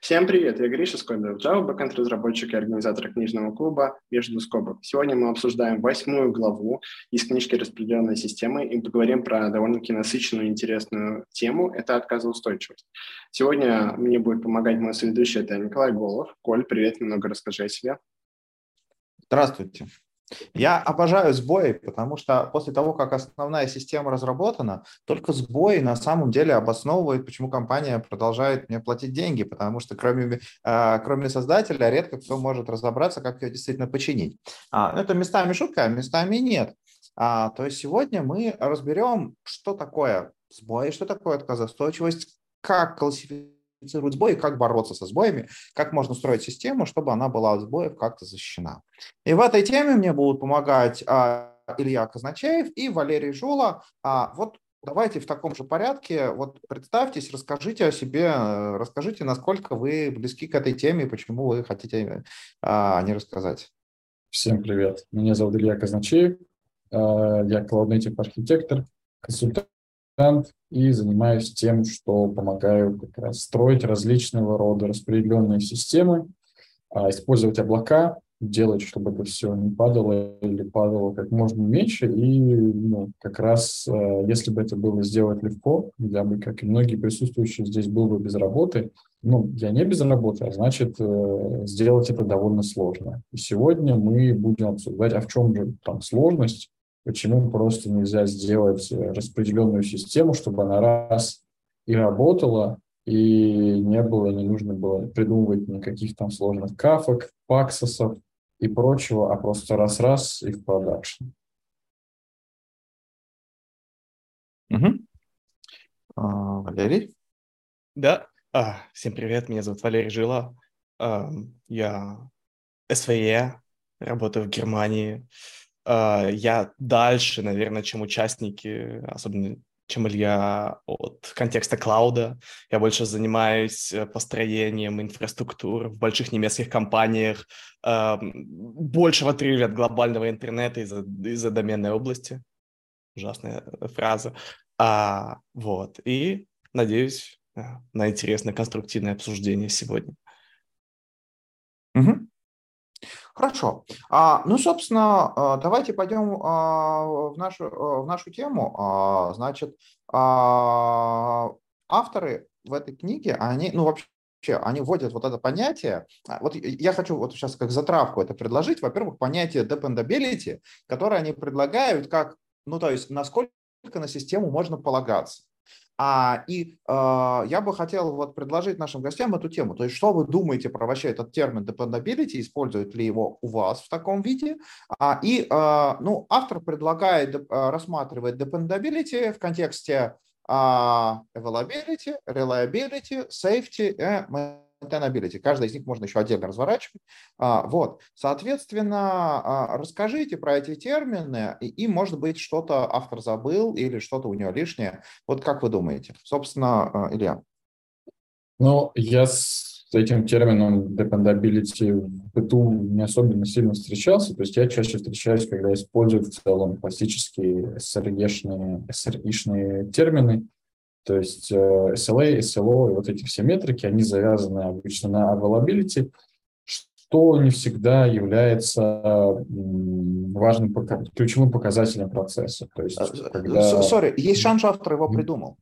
Всем привет, я Гриша с Code Java, бэкэнд-разработчик и организатор книжного клуба «Между скобок». Сегодня мы обсуждаем 8 главу из книжки «Распределенная система» и поговорим про довольно-таки насыщенную и интересную тему – это отказоустойчивость. Сегодня мне будет помогать мой соведущий, это Николай Голов. Коль, привет, немного расскажи о себе. Здравствуйте. Я обожаю сбои, потому что после того, как основная система разработана, только сбои на самом деле обосновывают, почему компания продолжает мне платить деньги, потому что кроме создателя редко кто может разобраться, как ее действительно починить. Это местами шутка, а местами нет. То есть сегодня мы разберем, что такое сбои, что такое отказоустойчивость, как классифицировать сбои, как бороться со сбоями, как можно устроить систему, чтобы она была от сбоев как-то защищена. И в этой теме мне будут помогать Илья Казначеев и Валерий Жула. Вот давайте в таком же порядке. Вот представьтесь, расскажите о себе, расскажите, насколько вы близки к этой теме и почему вы хотите о ней рассказать. Всем привет. Меня зовут Илья Казначеев. Я Cloud Native архитектор, консультант и занимаюсь тем, что помогаю как раз строить различного рода распределенные системы, использовать облака, делать, чтобы это все не падало или падало как можно меньше. И как раз, если бы это было сделать легко, я бы, как и многие присутствующие здесь, был бы без работы. Я не без работы, а значит, сделать это довольно сложно. И сегодня мы будем обсуждать, а в чем же там сложность, почему просто нельзя сделать распределенную систему, чтобы она раз и работала, и не нужно было придумывать никаких там сложных кафок, паксосов и прочего, а просто раз-раз и в продакшн. Валерий? Да. Всем привет, меня зовут Валерий Жила. Я СВЕ, работаю в Германии. Я дальше, наверное, чем участники, особенно чем Илья, от контекста клауда. Я больше занимаюсь построением инфраструктуры в больших немецких компаниях, больше в отрыве от глобального интернета из-за доменной области. Ужасная фраза. Вот. И надеюсь на интересное конструктивное обсуждение сегодня. Хорошо. Собственно, давайте пойдем в нашу тему. Значит, авторы в этой книге, они вводят вот это понятие. Вот я хочу вот сейчас как затравку это предложить. Во-первых, понятие dependability, которое они предлагают как, то есть насколько на систему можно полагаться. Я бы хотел предложить нашим гостям эту тему. То есть, что вы думаете про вообще этот термин dependability, используют ли его у вас в таком виде? Автор предлагает рассматривать dependability в контексте availability, reliability, safety и maintainability. Каждый из них можно еще отдельно разворачивать. Соответственно, расскажите про эти термины, и, может быть, что-то автор забыл или что-то у него лишнее. Вот как вы думаете? Собственно, Илья. Я с этим термином dependability в быту не особенно сильно встречался. То есть я чаще встречаюсь, когда использую в целом классические SRE-шные термины. То есть SLA, SLO и вот эти все метрики, они завязаны обычно на availability, что не всегда является важным, ключевым показателем процесса. То есть, есть шанс, что автор его придумал.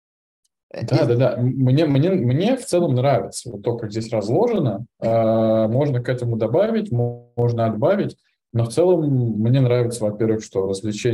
Да. Мне в целом нравится вот то, как здесь разложено. Можно к этому добавить, можно отбавить. Но в целом мне нравится, во-первых, что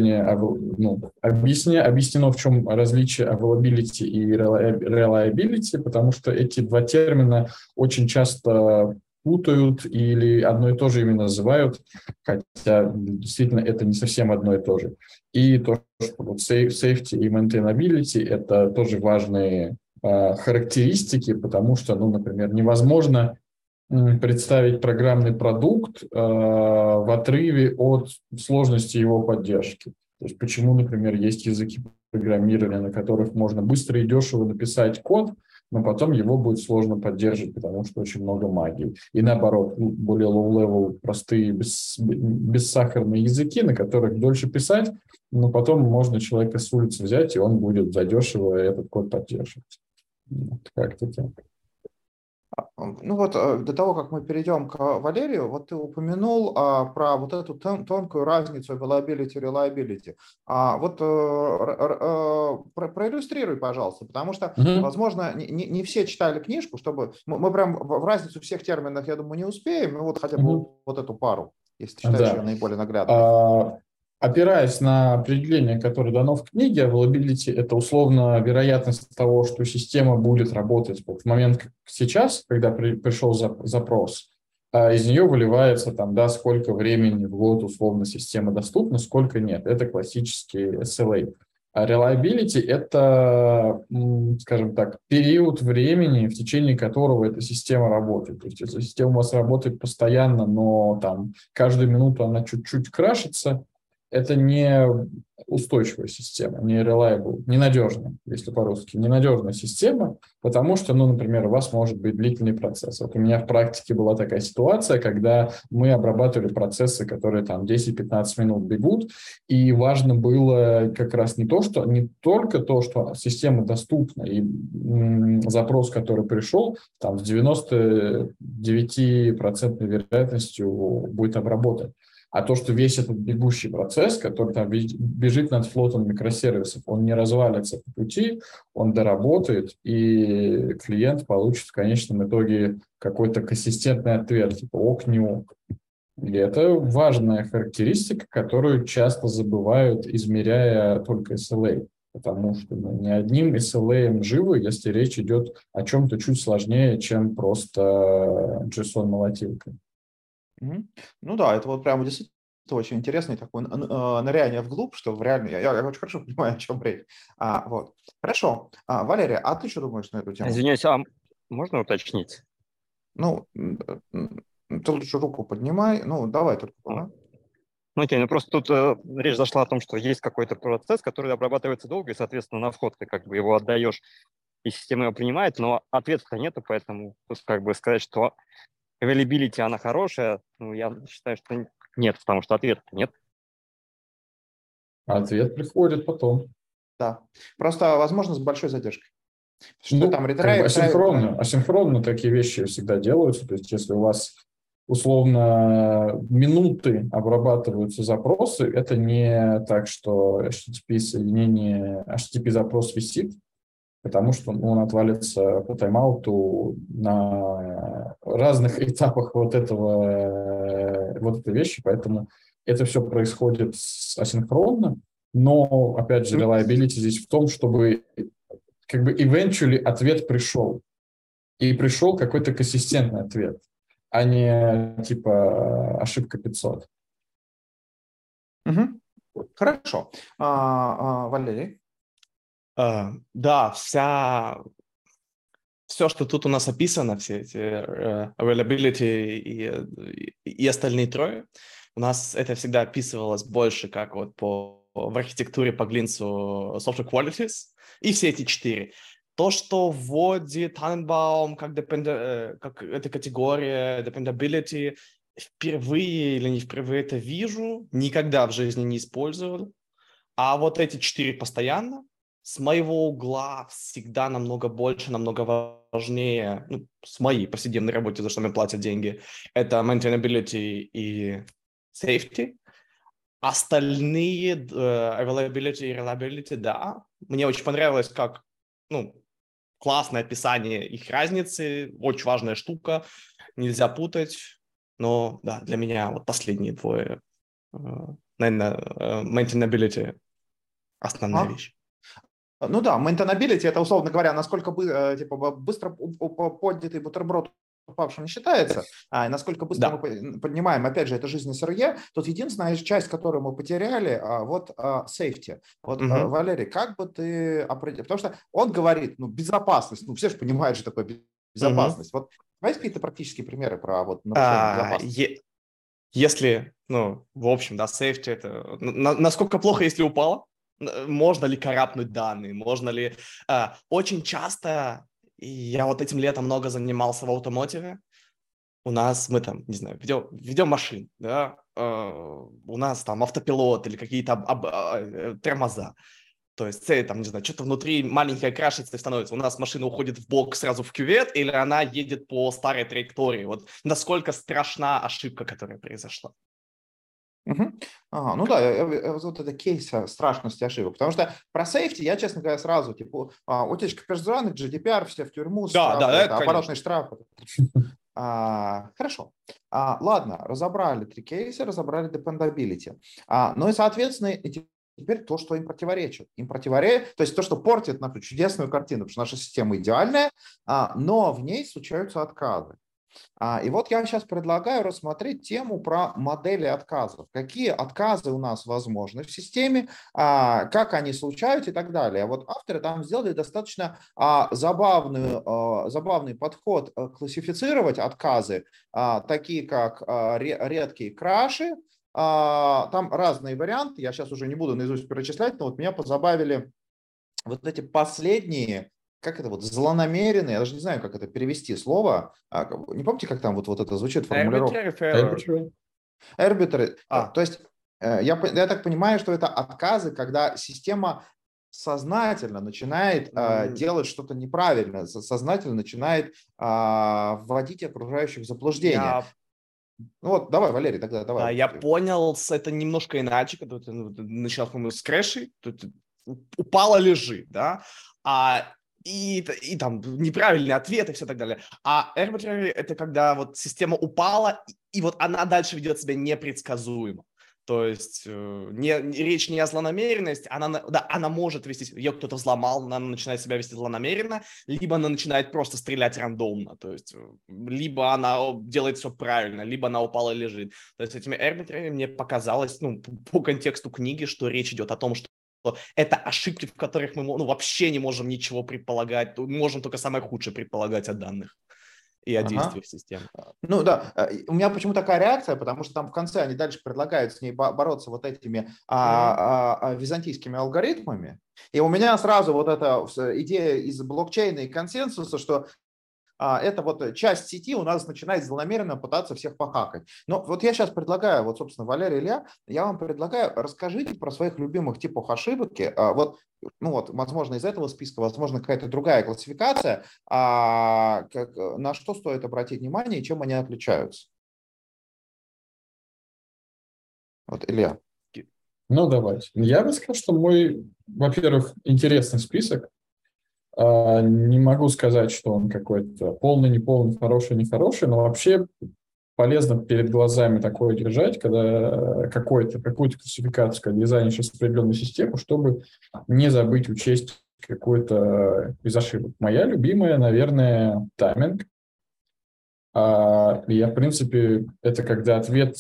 объяснено, в чем различие availability и reliability, потому что эти два термина очень часто путают или одно и то же именно называют, хотя действительно это не совсем одно и то же. И то, что safety и maintainability – это тоже важные характеристики, потому что, например, невозможно представить программный продукт в отрыве от сложности его поддержки. То есть почему, например, есть языки программирования, на которых можно быстро и дешево написать код, но потом его будет сложно поддерживать, потому что очень много магии. И наоборот, более low-level, простые, бессахарные языки, на которых дольше писать, но потом можно человека с улицы взять, и он будет задешево этот код поддерживать. Как-то так. Ну вот до того, как мы перейдем к Валерию, вот ты упомянул про вот эту тонкую разницу availability и reliability. Вот проиллюстрируй, пожалуйста, потому что, Мгм. возможно, не все читали книжку, чтобы мы прям в разницу всех терминов, я думаю, не успеем, но вот хотя бы Мгм. вот эту пару, если ты считаешь ее Да. наиболее наглядной. А, Опираясь на определение, которое дано в книге, availability — это условно вероятность того, что система будет работать. Вот в момент как сейчас, когда пришел запрос, из нее выливается там, да, сколько времени в год условно система доступна, сколько нет. Это классический SLA. А reliability — это, скажем так, период времени, в течение которого эта система работает. То есть если система у вас работает постоянно, но там каждую минуту она чуть-чуть крашится, это не устойчивая система, не reliable, ненадежная, если по-русски, ненадежная система, потому что, ну, например, у вас может быть длительный процесс. Вот у меня в практике была такая ситуация, когда мы обрабатывали процессы, которые там 10-15 минут бегут, и важно было как раз не только то, что система доступна, и запрос, который пришел, там с 99% вероятностью будет обработан. А то, что весь этот бегущий процесс, который там бежит над флотом микросервисов, он не развалится по пути, он доработает, и клиент получит в конечном итоге какой-то консистентный ответ, типа ок, не ок. И это важная характеристика, которую часто забывают, измеряя только SLA. Потому что не одним SLA живы, если речь идет о чем-то чуть сложнее, чем просто JSON-молотилка. Мгм. Ну да, это вот прямо действительно очень интересный такой ныряние вглубь, что в реально, я очень хорошо понимаю, о чем речь. Вот. Хорошо. Валерия, а ты что думаешь на эту тему? Извиняюсь, а можно уточнить? Ну, ты лучше руку поднимай. Ну, давай только. А, Ага. Ну, окей, ну просто тут речь зашла о том, что есть какой-то процесс, который обрабатывается долго, и, соответственно, на вход ты как бы его отдаешь, и система его принимает, но ответа-то нету, поэтому тут как бы сказать, что availability, она хорошая, ну, я считаю, что нет, потому что ответа нет. А ответ приходит потом. Да. Просто, возможно, с большой задержкой. Потому что Ну, там как бы ретраи. асинхронно такие вещи всегда делаются. То есть если у вас условно минуты обрабатываются запросы, это не так, что HTTP запрос висит, потому что он отвалится по тайм-ауту на разных этапах вот этой вещи, поэтому это все происходит асинхронно, но, опять же, reliability здесь в том, чтобы как бы eventually ответ пришел, и пришел какой-то консистентный ответ, а не типа ошибка 500. Мгм. Хорошо. Валерий? Да, все, что тут у нас описано, все эти availability и остальные трое, у нас это всегда описывалось больше как вот в архитектуре по глинцу software qualities, и все эти четыре. То, что вводит Tannenbaum как эта категория dependability, впервые или не впервые это вижу, никогда в жизни не использовал. А вот эти четыре постоянно, с моего угла всегда намного больше, намного важнее, ну, с моей повседневной работы, за что мне платят деньги, это maintainability и safety. Остальные availability и reliability, да. Мне очень понравилось, как, ну, классное описание их разницы, очень важная штука, нельзя путать. Но, да, для меня вот последние двое, наверное, maintainability основная А? вещь. Ну да, maintainability — это, условно говоря, насколько типа, быстро поднятый бутерброд упавшим не считается, и насколько быстро Да. мы поднимаем, опять же, это жизнь СРЕ. Тут единственная часть, которую мы потеряли, вот safety. Вот, Мгм. Валерий, как бы ты определил? Потому что он говорит, ну, безопасность, ну, все же понимают, что такое Мгм. безопасность. Вот давайте какие-то практические примеры про вот нарушение А, безопасности. е- Если, ну, в общем, да, safety это... Насколько плохо, если упало? Можно ли карапнуть данные? Можно ли... Очень часто, и я вот этим летом много занимался в автомотиве, у нас, мы там, не знаю, ведем машин, да, у нас там автопилот или какие-то тормоза. То есть, там, не знаю, что-то внутри маленькое крашится и становится. У нас машина уходит в бок сразу в кювет, или она едет по старой траектории. Вот насколько страшна ошибка, которая произошла. Мгм. Ну да, вот это кейс страшности ошибок. Потому что про сейфти я, честно говоря, сразу, типа, утечка персональных, GDPR, все в тюрьму, Да, штрафы, да, это аппаратный конечно. штраф. Хорошо. Ладно, разобрали 3 кейса, разобрали dependability. Ну и, соответственно, теперь то, что им противоречит. То есть то, что портит нашу чудесную картину, потому что наша система идеальная, но в ней случаются отказы. И вот я сейчас предлагаю рассмотреть тему про модели отказов. Какие отказы у нас возможны в системе, как они случаются и так далее. Вот авторы там сделали достаточно забавный подход классифицировать отказы, такие как редкие краши. Там разные варианты, я сейчас уже не буду наизусть перечислять, но вот меня позабавили вот эти последние, как это вот, злонамеренные, я даже не знаю, как это перевести слово. Не помните, как там вот это звучит, формулировка? Arbitrary failure. Arbitrary. То есть я так понимаю, что это отказы, когда система сознательно начинает делать что-то неправильно, сознательно начинает вводить окружающих в заблуждение. Ну вот, давай, Валерий, тогда давай. Да, я понял, это немножко иначе, когда ты начал, по-моему, с крэшей, тут упала, лежи, да, и там неправильный ответ и все так далее. А arbitrary — это когда вот система упала, и вот она дальше ведет себя непредсказуемо. То есть речь не о злонамеренности, она может вести, ее кто-то взломал, она начинает себя вести злонамеренно, либо она начинает просто стрелять рандомно, то есть либо она делает все правильно, либо она упала и лежит. То есть этими arbitrary мне показалось, по контексту книги, что речь идет о том, что это ошибки, в которых мы вообще не можем ничего предполагать, можем только самое худшее предполагать о данных и о действиях системы. Ну да, у меня почему такая реакция, потому что там в конце они дальше предлагают с ней бороться вот этими византийскими алгоритмами. И у меня сразу вот эта идея из блокчейна и консенсуса, что это вот часть сети у нас начинает злонамеренно пытаться всех похакать. Но вот я сейчас предлагаю, вот, собственно, Валерий, Илья, я вам предлагаю, расскажите про своих любимых типов ошибки. Возможно, из этого списка, возможно, какая-то другая классификация, на что стоит обратить внимание и чем они отличаются. Вот, Илья. Ну, давайте. Я бы сказал, что мой, во-первых, интересный список. Не могу сказать, что он какой-то полный, неполный, хороший, нехороший, но вообще полезно перед глазами такое держать, когда какую-то классификацию, когда дизайнишь определенную систему, чтобы не забыть учесть какую-то из ошибок. Моя любимая, наверное, тайминг. В принципе, это когда ответ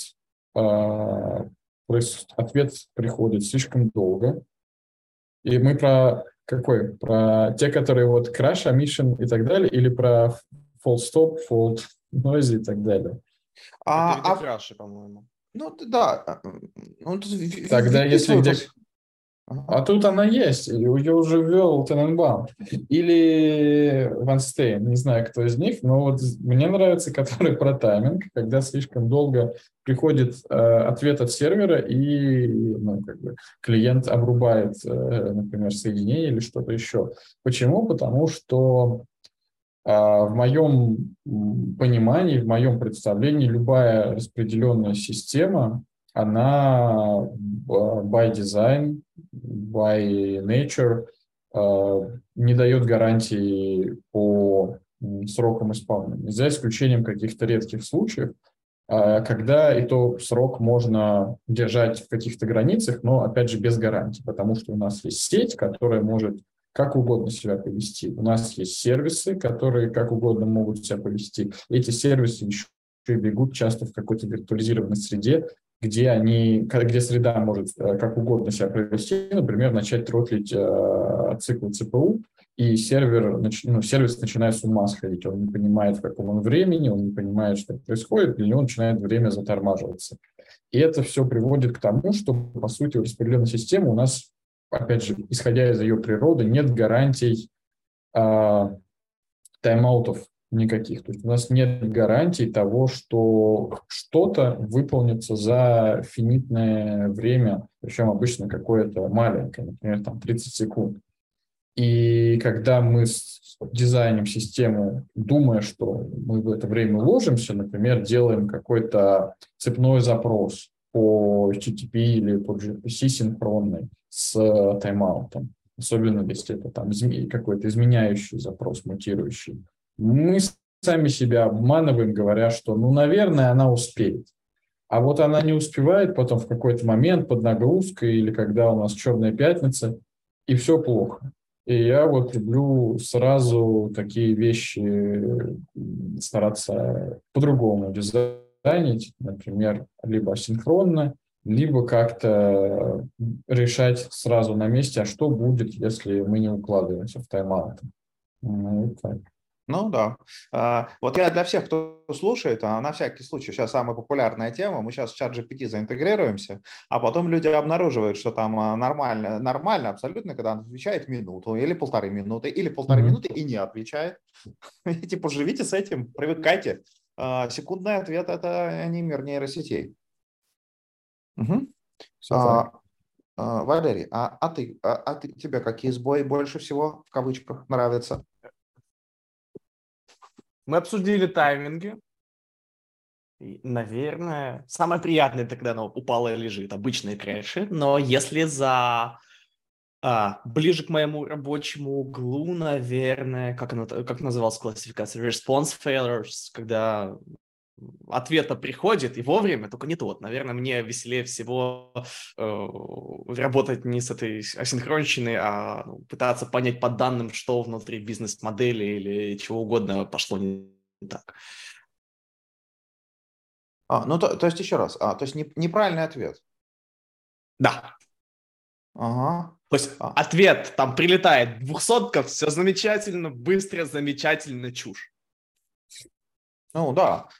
приходит слишком долго. И мы про какой? Про те, которые вот crash, omission и так далее, или про fault stop, fault noise и так далее? Это краши, по-моему. Ну, да. Тогда если где... А тут она есть, ее уже ввел Тененбаум. Или Ван Стейн, не знаю, кто из них, но вот мне нравится, который про тайминг, когда слишком долго приходит ответ от сервера, и клиент обрубает, например, соединение или что-то еще. Почему? Потому что в моем понимании, в моем представлении, любая распределенная система, она by design, by nature не дает гарантии по срокам исполнения, за исключением каких-то редких случаев, когда и то срок можно держать в каких-то границах, но, опять же, без гарантии, потому что у нас есть сеть, которая может как угодно себя повести. У нас есть сервисы, которые как угодно могут себя повести. Эти сервисы еще бегут часто в какой-то виртуализированной среде, где среда может как угодно себя провести, например, начать тротлить цикл ЦПУ, и сервис начинает с ума сходить. Он не понимает, в каком он времени, он не понимает, что происходит, для него начинает время затормаживаться. И это все приводит к тому, что, по сути, у распределенной системы у нас, опять же, исходя из ее природы, нет гарантий тайм-аутов никаких. То есть у нас нет гарантий того, что что-то выполнится за финитное время, причем обычно какое-то маленькое, например, там 30 секунд. И когда мы дизайним систему, думая, что мы в это время уложимся, например, делаем какой-то цепной запрос по HTTP или по gRPC синхронный с тайм-аутом, особенно если это там какой-то изменяющий запрос, мутирующий, мы сами себя обманываем, говоря, что, ну, наверное, она успеет. А вот она не успевает потом в какой-то момент под нагрузкой или когда у нас черная пятница, и все плохо. И я вот люблю сразу такие вещи стараться по-другому дизайнить, например, либо асинхронно, либо как-то решать сразу на месте, а что будет, если мы не укладываемся в тайм-аут. Ну, вот так. Ну да. Вот я для всех, кто слушает, на всякий случай, сейчас самая популярная тема, мы сейчас в ChatGPT заинтегрируемся, а потом люди обнаруживают, что там нормально абсолютно, когда он отвечает минуту или 1,5 минуты, или 1,5 минуты и не отвечает. И типа живите с этим, привыкайте. Секундный ответ – это не мир нейросетей. Угу. Все так. Валерий, тебе какие сбои больше всего, в кавычках, нравятся? Мы обсудили тайминги. И, наверное, самое приятное, это когда оно упало и лежит, обычные крэши. Но если ближе к моему рабочему углу, наверное, как называлась классификация? Response failures, когда ответа приходит и вовремя, только не тот. Наверное, мне веселее всего работать не с этой асинхронщиной, а пытаться понять по данным, что внутри бизнес-модели или чего угодно пошло не так. То есть еще раз, то есть неправильный ответ. Да. Ага. То есть ответ, там прилетает 200-ка, все замечательно, быстро, замечательно, чушь. Ну да.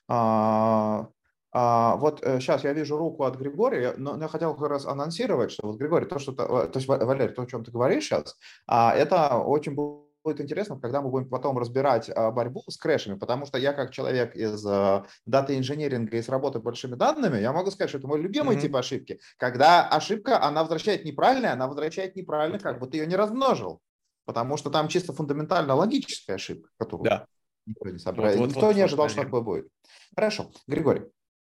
Вот сейчас я вижу руку от Григория, но я хотел как раз анонсировать, что вот, Григорий, то есть, Валерий, то, о чем ты говоришь сейчас, это очень будет интересно, когда мы будем потом разбирать борьбу с крэшами, потому что я как человек из дата-инженеринга и с работы большими данными, я могу сказать, что это мой любимый тип ошибки. Когда ошибка, она возвращает неправильно, как бы ты ее не размножил, потому что там чисто фундаментально логическая ошибка, которую Да. никто не собрал. Никто не ожидал, что такое будет. Хорошо. Григорий.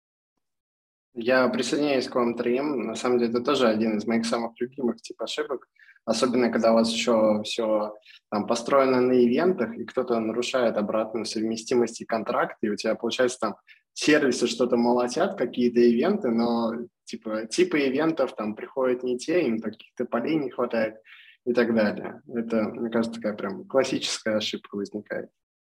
Я присоединяюсь к вам троим. На самом деле, это тоже один из моих самых любимых типов ошибок. Особенно, когда у вас еще все там построено на ивентах, и кто-то нарушает обратную совместимость и контракт, и у тебя, получается, там сервисы что-то молотят, какие-то ивенты, но типы ивентов там приходят не те, им каких-то полей не хватает и так далее. Это, мне кажется, такая прям классическая ошибка возникает.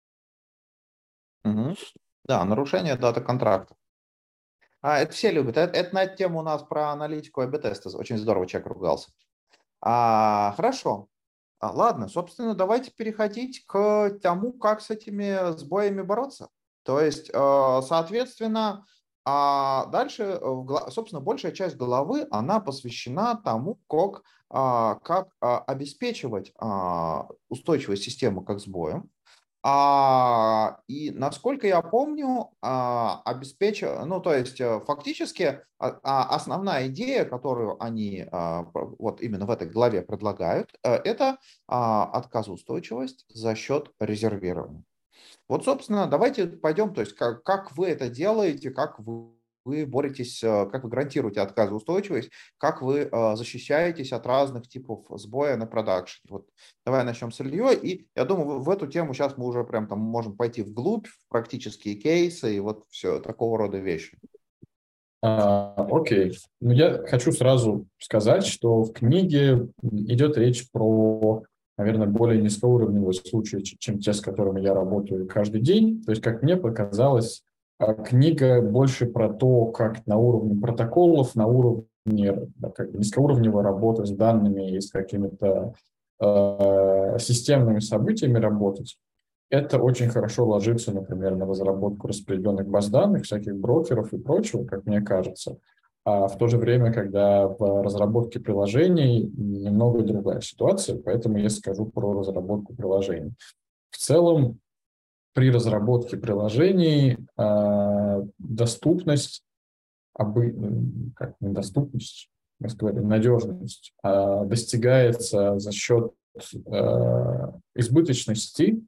Угу. Да, нарушение дата-контракта. Это все любят. Это на тему у нас про аналитику АБ-теста. Очень здорово человек ругался. Хорошо. Ладно, собственно, давайте переходить к тому, как с этими сбоями бороться. То есть, соответственно, дальше, собственно, большая часть главы, она посвящена тому, как обеспечивать устойчивость системы к сбоям. И насколько я помню, фактически основная идея, которую они вот именно в этой главе предлагают, это отказоустойчивость за счет резервирования. Вот, собственно, давайте пойдем, то есть как вы это делаете, как вы боретесь, как вы гарантируете отказоустойчивость, как вы защищаетесь от разных типов сбоя на продакшн. Вот давай начнем с Ильей, и я думаю, в эту тему сейчас мы уже прям там можем пойти вглубь, в практические кейсы и вот все такого рода вещи. Окей. Ну, я хочу сразу сказать, что в книге идет речь про, наверное, более низкоуровневые случаи, чем те, с которыми я работаю каждый день. То есть, как мне показалось, книга больше про то, как на уровне протоколов, на уровне низкоуровневой работы с данными и с какими-то системными событиями работать. Это очень хорошо ложится, например, на разработку распределенных баз данных, всяких брокеров и прочего, как мне кажется. А в то же время, когда в разработке приложений немного другая ситуация, поэтому я скажу про разработку приложений. В целом, при разработке приложений доступность, как недоступность, надежность достигается за счет избыточности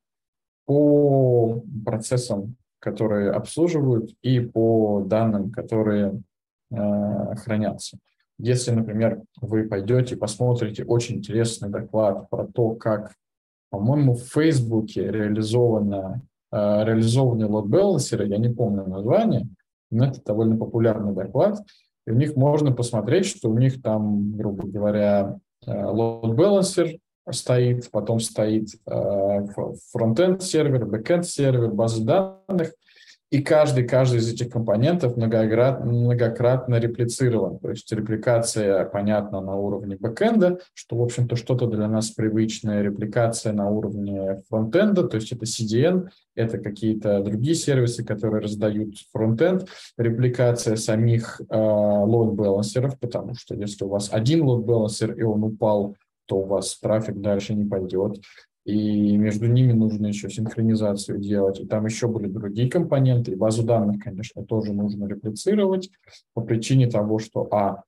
по процессам, которые обслуживают, и по данным, которые хранятся. Если, например, вы пойдете и посмотрите очень интересный доклад про то, как, по-моему, в Фейсбуке реализованы лот-балансеры, я не помню название, но это довольно популярный доклад, и у них можно посмотреть, что у них там, грубо говоря, лот-балансер стоит, потом стоит фронт-энд сервер, бэк-энд сервер, базы данных, и каждый из этих компонентов многократно реплицирован. То есть репликация, понятно, на уровне бэкэнда, что, в общем-то, что-то для нас привычное, репликация на уровне фронтенда, то есть это CDN, это какие-то другие сервисы, которые раздают фронтенд, репликация самих лоуд-балансеров, потому что если у вас один лоуд-балансер и он упал, то у вас трафик дальше не пойдет. И между ними нужно еще синхронизацию делать. И там еще были другие компоненты. И базу данных, конечно, тоже нужно реплицировать по причине того, что,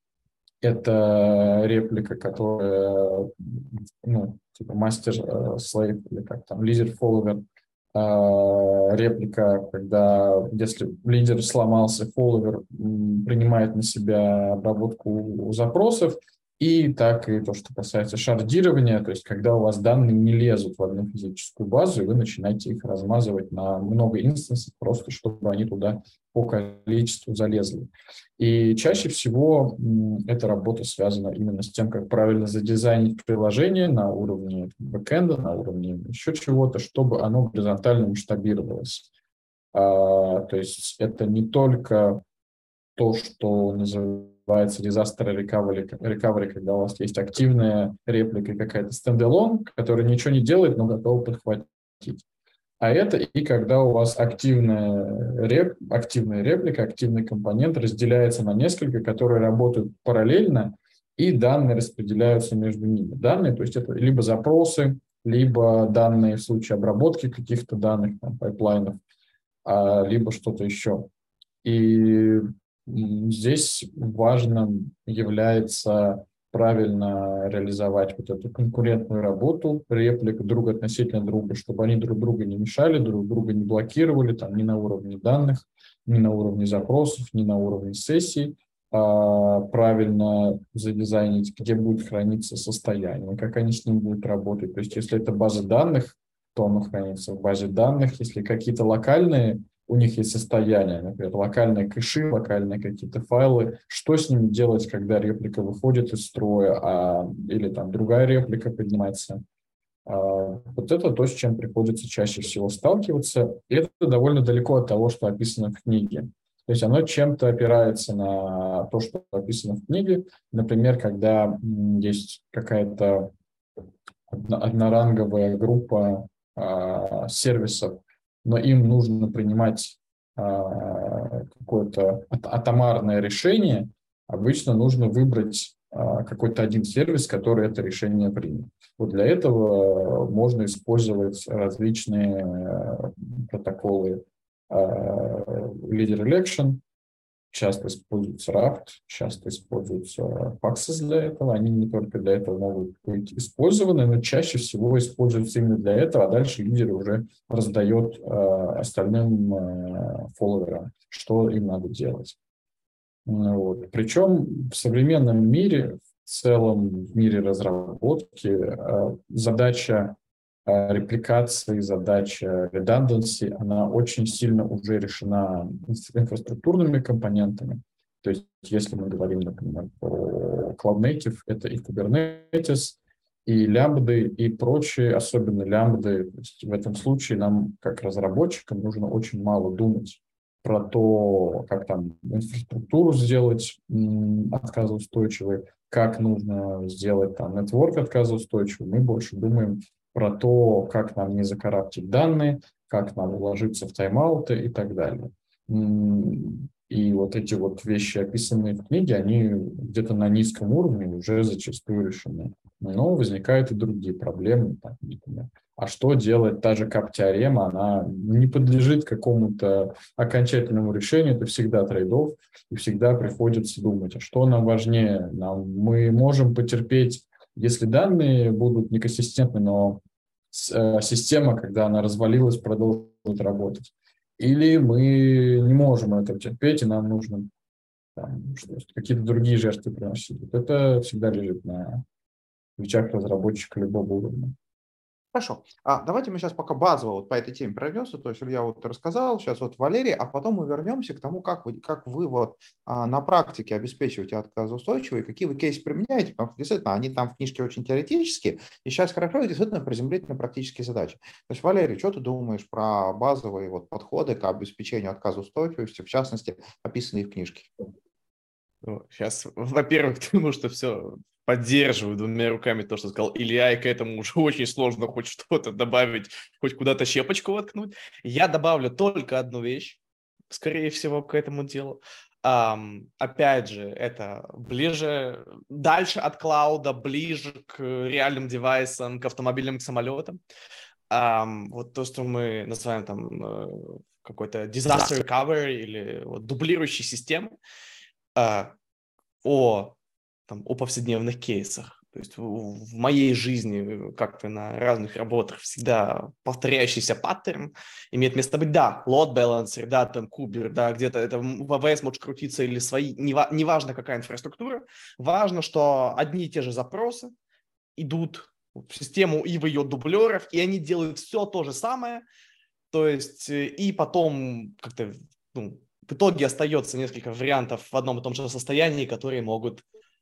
это реплика, которая, типа мастер-слейв, или как там, лидер-фолловер, реплика, когда, если лидер сломался, фолловер принимает на себя обработку запросов, и так и то, что касается шардирования, то есть когда у вас данные не лезут в одну физическую базу, и вы начинаете их размазывать на много инстансов, просто чтобы они туда по количеству залезли. И чаще всего эта работа связана именно с тем, как правильно задизайнить приложение на уровне бэкэнда, на уровне еще чего-то, чтобы оно горизонтально масштабировалось. То есть это не только то, что называется disaster recovery, когда у вас есть активная реплика и какая-то стендалон, которая ничего не делает, но готова подхватить. А это и когда у вас активная реплика, активный компонент разделяется на несколько, которые работают параллельно, и данные распределяются между ними. Данные, то есть это либо запросы, либо данные в случае обработки каких-то данных, там, пайплайнов, либо что-то еще. И здесь важным является правильно реализовать вот эту конкурентную работу, реплик друг относительно друга, чтобы они друг друга не мешали, друг друга не блокировали, там, ни на уровне данных, ни на уровне запросов, ни на уровне сессий, правильно задизайнить, где будет храниться состояние, как они с ним будут работать. То есть если это база данных, то оно хранится в базе данных. Если какие-то локальные у них есть состояние, например, локальные кэши, локальные какие-то файлы, что с ними делать, когда реплика выходит из строя, или там другая реплика поднимается. Вот это то, с чем приходится чаще всего сталкиваться. И это довольно далеко от того, что описано в книге. То есть оно чем-то опирается на то, что описано в книге. Например, когда есть какая-то одноранговая группа сервисов, но им нужно принимать какое-то атомарное решение, обычно нужно выбрать какой-то один сервис, который это решение примет. Вот для этого можно использовать различные протоколы Leader Election, часто используется Raft, часто используются Paxos для этого. Они не только для этого могут быть использованы, но чаще всего используются именно для этого, а дальше лидер уже раздает остальным фолловерам, что им надо делать. Вот. Причем в современном мире, в целом в мире разработки, задача репликации, задача redundancy, она очень сильно уже решена инфраструктурными компонентами. То есть, если мы говорим, например, про Cloud Native, это и Kubernetes, и лямбды, и прочие, особенно лямбды. То есть в этом случае нам, как разработчикам, нужно очень мало думать про то, как там инфраструктуру сделать отказоустойчивой, как нужно сделать там network отказоустойчивый. Мы больше думаем про то, как нам не закараптить данные, как нам уложиться в тайм-ауты и так далее. И вот эти вот вещи, описанные в книге, они где-то на низком уровне уже зачастую решены. Но возникают и другие проблемы, там, например, А что делать? Та же кап-теорема, она не подлежит какому-то окончательному решению, это всегда трейд-офф, и всегда приходится думать, а что нам важнее. Мы можем потерпеть, если данные будут неконсистентны, но система, когда она развалилась, продолжит работать. Или мы не можем это терпеть, и нам нужно какие-то другие жертвы приносить. Вот это всегда лежит на плечах разработчика любого уровня. Хорошо. Давайте мы сейчас пока базово вот по этой теме пройдемся. То есть Илья вот рассказал, сейчас вот Валерий, а потом мы вернемся к тому, как вы вот на практике обеспечиваете отказоустойчивые, какие вы кейсы применяете, потому что действительно они там в книжке очень теоретические, и сейчас хорошо действительно приземлить на практические задачи. То есть, Валерий, что ты думаешь про базовые вот подходы к обеспечению отказоустойчивости, в частности, описанные в книжке? Сейчас, во-первых, потому что все поддерживаю двумя руками то, что сказал Илья, и к этому уже очень сложно хоть что-то добавить, хоть куда-то щепочку воткнуть. Я добавлю только одну вещь, скорее всего, к этому делу. Опять же, это дальше от клауда, ближе к реальным девайсам, к автомобильным, к самолетам. Вот то, что мы называем там какой-то disaster recovery или вот, дублирующие системы, о повседневных кейсах. То есть в моей жизни как-то на разных работах всегда повторяющийся паттерн имеет место быть. Да, load balancer, да, там кубер, да, где-то это в AWS может крутиться или свои, неважно какая инфраструктура, важно, что одни и те же запросы идут в систему и в ее дублеров, и они делают все то же самое, то есть и потом как-то, в итоге остается несколько вариантов в одном и том же состоянии, которые могут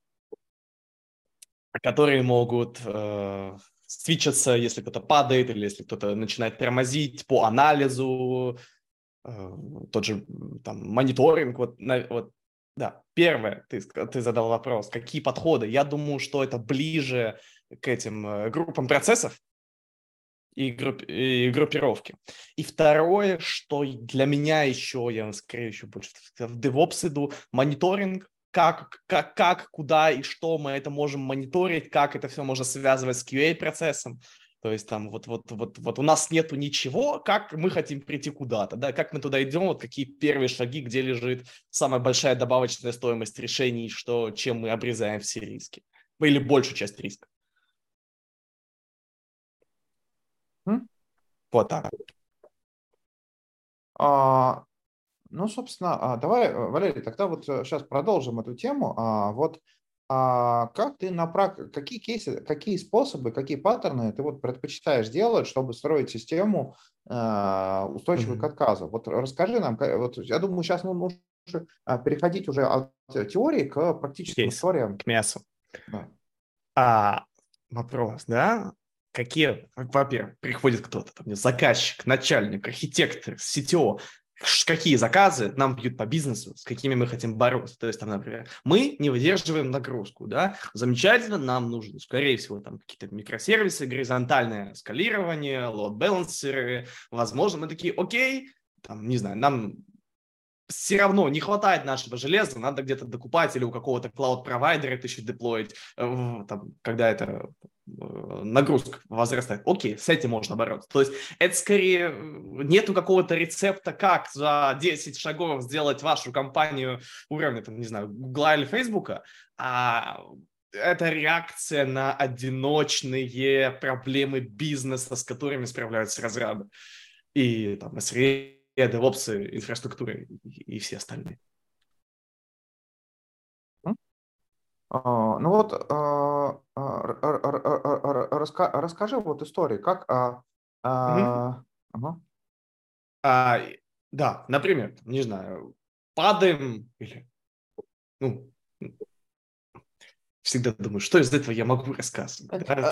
свитчаться, если кто-то падает или если кто-то начинает тормозить по анализу, тот же там мониторинг. Да, первое, ты задал вопрос, какие подходы. Я думаю, что это ближе к этим группам процессов и группировки. И второе, что для меня еще, я скорее еще больше в DevOps иду, мониторинг, как, куда и что мы это можем мониторить, как это все можно связывать с QA-процессом. То есть там вот у нас нету ничего, как мы хотим прийти куда-то, да, как мы туда идем, вот какие первые шаги, где лежит самая большая добавочная стоимость решений, чем мы обрезаем все риски, или большую часть риска. Вот так. Ну, собственно, давай, Валерий, тогда вот сейчас продолжим эту тему. Как ты какие кейсы, какие способы, какие паттерны ты вот предпочитаешь делать, чтобы строить систему устойчивую к отказу? Вот расскажи нам, вот я думаю, сейчас мы можем переходить уже от теории к практическим историям. К мясу. Да. Вопрос, да? Во-первых, приходит кто-то, заказчик, начальник, архитектор, CTO, какие заказы нам бьют по бизнесу, с какими мы хотим бороться. То есть, там, например, мы не выдерживаем нагрузку, да, замечательно, нам нужны, скорее всего, там какие-то микросервисы, горизонтальное скалирование, load-балансеры, возможно, мы такие, окей, там, не знаю, нам все равно не хватает нашего железа, надо где-то докупать или у какого-то клауд-провайдера это еще деплоить, когда это нагрузка возрастает. Окей, с этим можно бороться. То есть это скорее нету какого-то рецепта, как за 10 шагов сделать вашу компанию уровня, не знаю, Гугла или Фейсбука, а это реакция на одиночные проблемы бизнеса, с которыми справляются разрабы. И там SRE, DevOps, инфраструктуры и все остальные. Ну вот, расскажи вот истории, как... Да, например, не знаю, падаем или... всегда думаю, что из этого я могу рассказывать.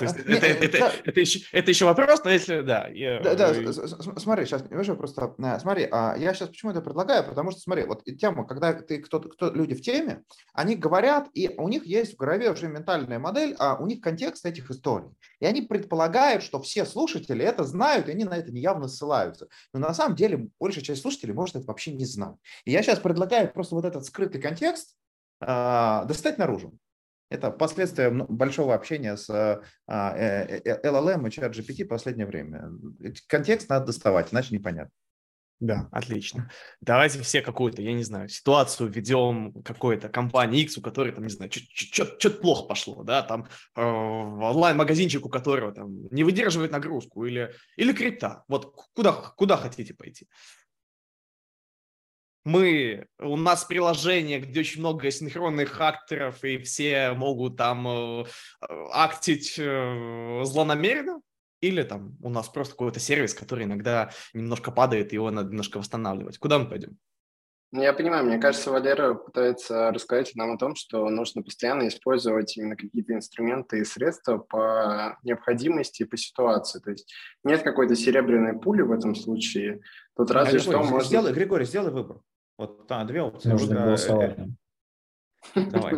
Это еще вопрос, но если... Да, смотри, сейчас, просто... Смотри, я сейчас почему это предлагаю, потому что, смотри, вот тема, когда люди в теме, они говорят, и у них есть в голове уже ментальная модель, а у них контекст этих историй. И они предполагают, что все слушатели это знают, и они на это неявно ссылаются. Но на самом деле большая часть слушателей может это вообще не знать. И я сейчас предлагаю просто вот этот скрытый контекст достать наружу. Это последствия большого общения с LLM и ChatGPT в последнее время. Контекст надо доставать, иначе непонятно. Да, отлично. Давайте все какую-то, я не знаю, ситуацию введем какой-то компании X, у которой там, не знаю, что-то плохо пошло, да, там онлайн-магазинчик, у которого там не выдерживает нагрузку или крипта. Вот куда хотите пойти? У нас приложение, где очень много синхронных акторов, и все могут там актить злонамеренно, или там у нас просто какой-то сервис, который иногда немножко падает, и его надо немножко восстанавливать. Куда мы пойдем? Я понимаю, мне кажется, Валера пытается рассказать нам о том, что нужно постоянно использовать именно какие-то инструменты и средства по необходимости, по ситуации. То есть нет какой-то серебряной пули в этом случае. Тут разве что можно... Григорий, сделай выбор. Вот две опции. Нужно голосование. Давай.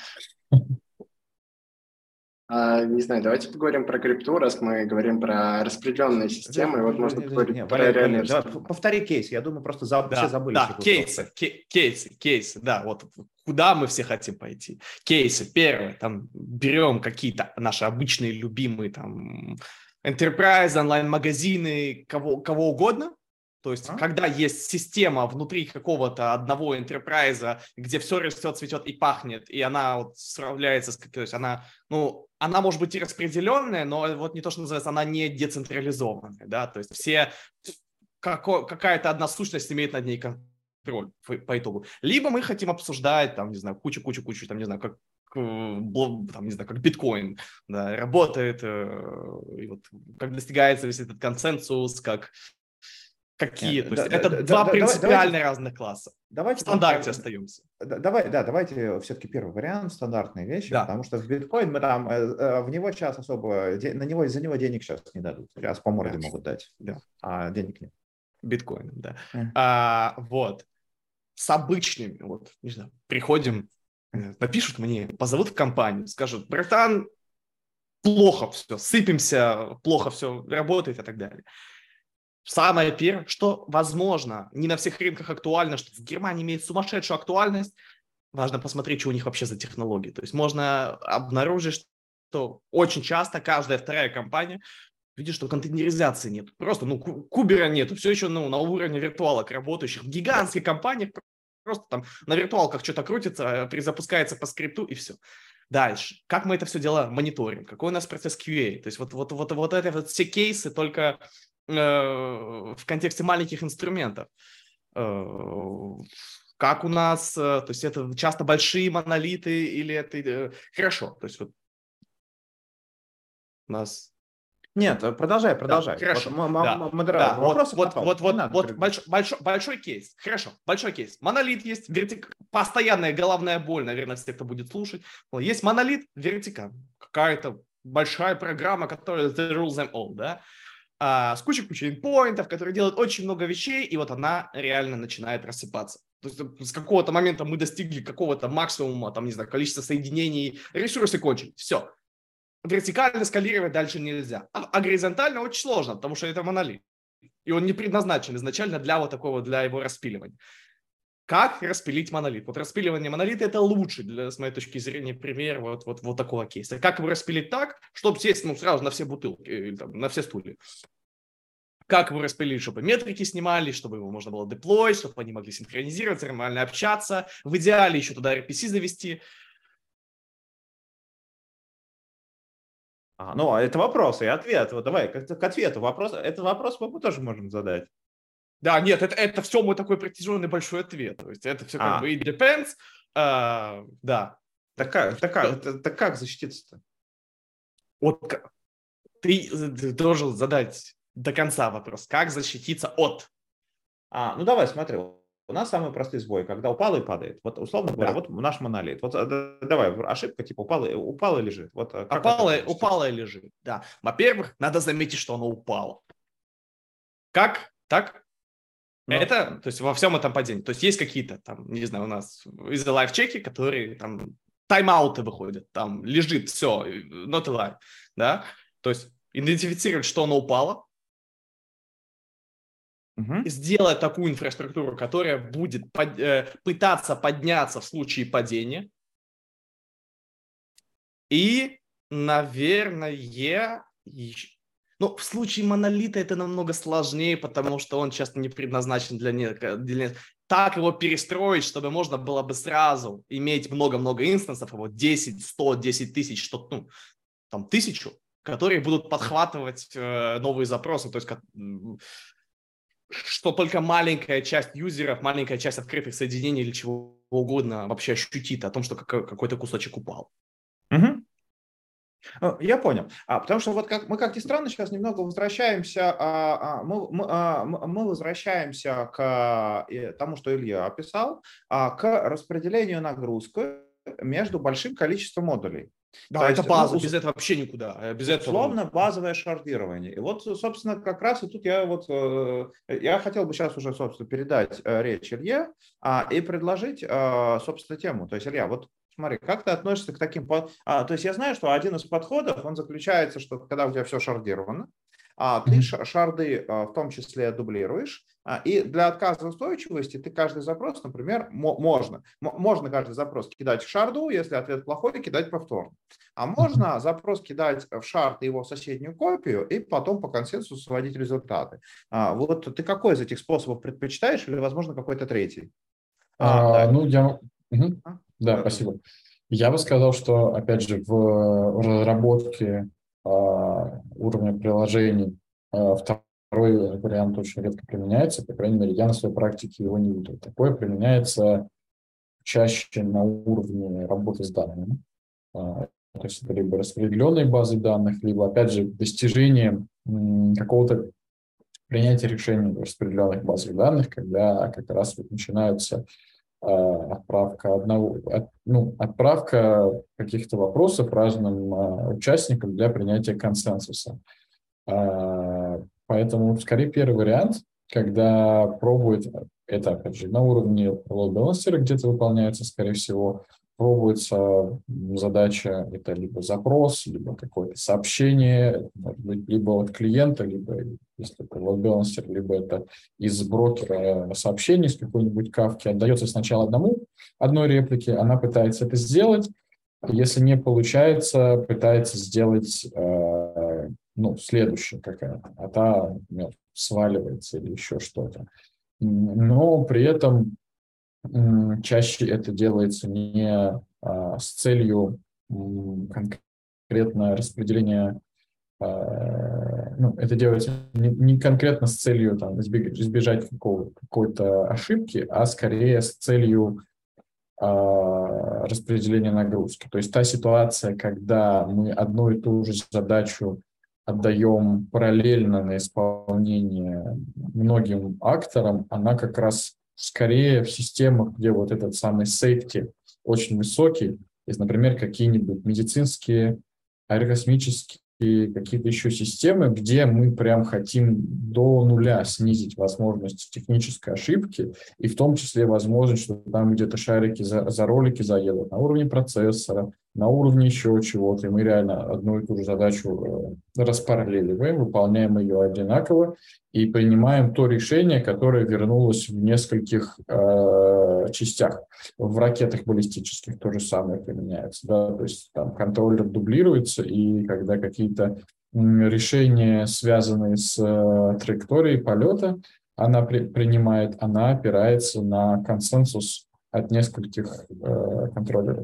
Не знаю, давайте поговорим про крипту, раз мы говорим про распределенные системы. Вот можно поговорить про реальные... Повтори кейс, я думаю, просто все забыли. Да, кейсы, да, вот куда мы все хотим пойти. Кейсы, первое, там берем какие-то наши обычные любимые там enterprise, онлайн-магазины, кого угодно. То есть, когда есть система внутри какого-то одного enterprise, где все растет, цветет и пахнет, и она вот справляется с... То есть она может быть и распределенная, но вот не то, что называется, она не децентрализованная, да, то есть какая-то одна сущность имеет над ней контроль по итогу. Либо мы хотим обсуждать, там, не знаю, кучу, там, не знаю, там, не знаю, как биткоин, да, работает, и вот как достигается весь этот консенсус, какие? То есть это два принципиально разных класса. Давайте в стандарте остаемся. Давайте все-таки первый вариант, стандартные вещи, потому что в биткоин мы там, в него сейчас особо, за него денег сейчас не дадут. Сейчас по морде могут дать, а денег нет. Биткоин, да. Вот. С обычными, вот, не знаю, приходим, напишут мне, позовут в компанию, скажут: братан, плохо все, сыпемся, плохо все работает и так далее. Самое первое, что, возможно, не на всех рынках актуально, что в Германии имеет сумасшедшую актуальность, важно посмотреть, что у них вообще за технологии. То есть можно обнаружить, что очень часто каждая вторая компания видит, что контейнеризации нет. Просто, кубера нету. Все еще на уровне виртуалок работающих. В гигантских компаниях просто там на виртуалках что-то крутится, перезапускается по скрипту и все. Дальше. Как мы это все дело мониторим? Какой у нас процесс QA? То есть вот это вот все кейсы только в контексте маленьких инструментов. Как у нас, то есть это часто большие монолиты или это... Хорошо, то есть вот у нас... Нет, продолжай. Да, хорошо. Большой кейс. Хорошо, большой кейс. Монолит есть, постоянная головная боль, наверное, все, кто будет слушать. Есть монолит, вертикаль. Какая-то большая программа, которая the rules them all, да? С кучей эндпоинтов, которые делают очень много вещей, и вот она реально начинает рассыпаться. То есть с какого-то момента мы достигли какого-то максимума, там, не знаю, количества соединений, ресурсы кончились, все. Вертикально скалировать дальше нельзя. А горизонтально очень сложно, потому что это монолит. И он не предназначен изначально для вот такого, для его распиливания. Как распилить монолит? Вот распиливание монолита – это лучший, с моей точки зрения, пример вот такого кейса. Как его распилить так, чтобы сесть сразу на все бутылки, или, там, на все стулья? Как его распилить, чтобы метрики снимались, чтобы его можно было деплоить, чтобы они могли синхронизироваться, нормально общаться. В идеале еще туда RPC завести. Это вопрос и ответ. Вот давай к ответу. Этот вопрос мы тоже можем задать. Да, нет, это все мой такой протяженный большой ответ. То есть это все как бы it depends. Да. Так как защититься-то? Вот ты должен задать до конца вопрос. Как защититься от? Давай, смотри. У нас самый простой сбой, когда упал и падает. Вот, условно говоря, вот наш монолит. Вот давай, ошибка, типа упала и лежит. Вот, упала и лежит, да. Во-первых, надо заметить, что оно упало. Как? Так? Это, то есть во всем этом падении. То есть есть какие-то там, не знаю, у нас из лайфчеки, которые там тайм-ауты выходят, там лежит все, not alive, да. То есть идентифицировать, что оно упало, сделать такую инфраструктуру, которая будет пытаться подняться в случае падения. И, наверное, ну, в случае монолита это намного сложнее, потому что он часто не предназначен так его перестроить, чтобы можно было бы сразу иметь много-много инстансов, вот 10, 100, 10 тысяч, ну, там, 1000, которые будут подхватывать новые запросы, то есть что только маленькая часть юзеров, маленькая часть открытых соединений или чего угодно вообще ощутит о том, что какой-то кусочек упал. Угу. Я понял. Потому что вот мы, как ни странно, сейчас немного возвращаемся, мы возвращаемся к тому, что Илья описал, к распределению нагрузки между большим количеством модулей. Да, это база, без этого вообще никуда. Без условно базовое шардирование. И вот, собственно, как раз и тут я хотел бы сейчас уже, собственно, передать речь Илье и предложить, собственно, тему. То есть, Илья, вот смотри, как ты относишься к таким... То есть я знаю, что один из подходов, он заключается, что когда у тебя все шардировано, ты шарды в том числе дублируешь, и для отказоустойчивости ты каждый запрос, например, можно каждый запрос кидать в шарду, если ответ плохой, кидать повторно. А можно запрос кидать в шард и его соседнюю копию, и потом по консенсусу сводить результаты. Вот ты какой из этих способов предпочитаешь или, возможно, какой-то третий? Да. Да, спасибо. Я бы сказал, что, опять же, в разработке уровня приложений второй вариант очень редко применяется, по крайней мере, я на своей практике его не видел. Такое применяется чаще на уровне работы с данными. То есть это либо распределенные базы данных, либо, опять же, достижение какого-то принятия решений в распределенных базах данных, когда как раз вот начинаются отправка каких-то вопросов разным участникам для принятия консенсуса. Поэтому, скорее, первый вариант, когда пробует, это, опять же, на уровне load balancer где-то выполняется, скорее всего, пробуется задача, это либо запрос, либо какое-то сообщение, может быть, либо от клиента, либо, если это load balancer, либо это из брокера сообщений с какой-нибудь кавки, отдается сначала одной реплике, она пытается это сделать, если не получается, пытается сделать следующая какая-то, а та, например, сваливается или еще что-то. Но при этом чаще это делается не с целью конкретно распределения, это делается не конкретно с целью избежать какой-то ошибки, а скорее с целью распределения нагрузки. То есть та ситуация, когда мы одну и ту же задачу отдаем параллельно на исполнение многим акторам, она как раз скорее в системах, где вот этот самый safety очень высокий, есть, например, какие-нибудь медицинские, аэрокосмические, какие-то еще системы, где мы прям хотим до нуля снизить возможность технической ошибки, и в том числе возможность, что там где-то шарики за ролики заедут на уровне процессора, на уровне еще чего-то, и мы реально одну и ту же задачу распараллеливаем, выполняем ее одинаково и принимаем то решение, которое вернулось в нескольких частях. В ракетах баллистических то же самое применяется. Да? То есть там контроллер дублируется, и когда какие-то решения, связанные с траекторией полета, она принимает, она опирается на консенсус от нескольких контроллеров.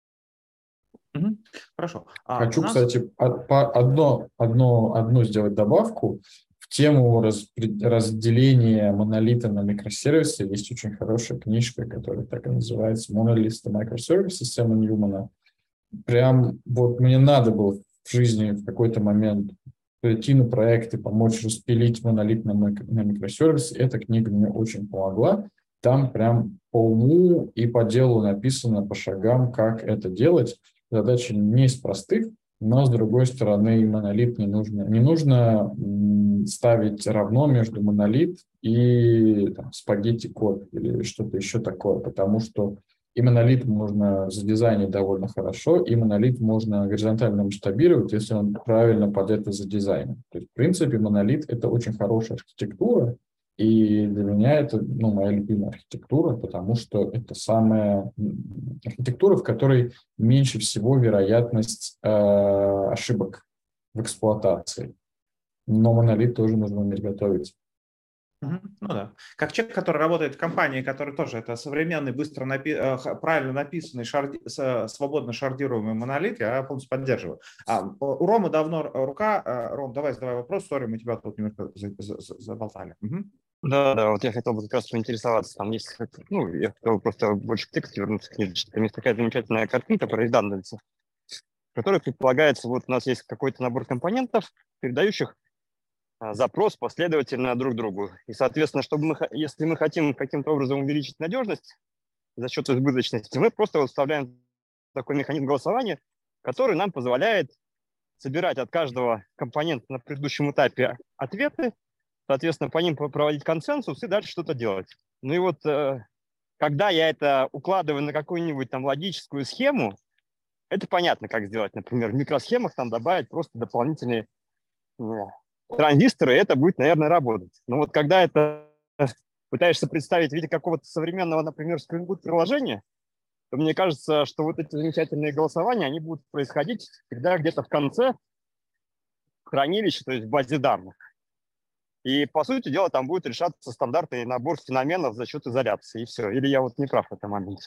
Хорошо. Хочу, кстати, одну сделать добавку. В тему разделения монолита на микросервисы есть очень хорошая книжка, которая так и называется «Monolith to Microservices» Сэма Ньюмана. Прям вот мне надо было в жизни в какой-то момент прийти на проект и помочь распилить монолит на микросервисы. Эта книга мне очень помогла. Там прям по уму и по делу написано по шагам, как это делать. Задача не из простых, но, с другой стороны, монолит не нужно ставить равно между монолит и спагетти-код или что-то еще такое, потому что и монолит можно задизайнить довольно хорошо, и монолит можно горизонтально масштабировать, если он правильно под это задизайнен. То есть, в принципе, монолит — это очень хорошая архитектура, И для меня это, моя любимая архитектура, потому что это самая архитектура, в которой меньше всего вероятность ошибок в эксплуатации. Но монолит тоже нужно уметь готовить. Ну да. Как человек, который работает в компании, который тоже это современный, быстро правильно написанный, свободно шардируемый монолит, я полностью поддерживаю. У Ромы давно рука. Ром, давай задавай вопрос. Сори, мы тебя тут немножко заболтали. Да, вот я хотел бы как раз поинтересоваться. Там есть, я хотел просто больше к тексту вернуться к книжечке. Там есть такая замечательная картинка про реданденси, в которой предполагается, вот у нас есть какой-то набор компонентов, передающих запрос последовательно друг другу. И, соответственно, если мы хотим каким-то образом увеличить надежность за счет избыточности, мы просто вставляем такой механизм голосования, который нам позволяет собирать от каждого компонента на предыдущем этапе ответы, соответственно, по ним проводить консенсус и дальше что-то делать. Ну и вот, когда я это укладываю на какую-нибудь там логическую схему, это понятно, как сделать. Например, в микросхемах там добавить просто дополнительные транзисторы, и это будет, наверное, работать. Но вот когда это пытаешься представить в виде какого-то современного, например, Spring Boot приложения, то мне кажется, что вот эти замечательные голосования, они будут происходить всегда где-то в конце хранилища, то есть в базе данных. И, по сути дела, там будет решаться стандартный набор феноменов за счет изоляции, и все. Или я вот не прав в этом моменте?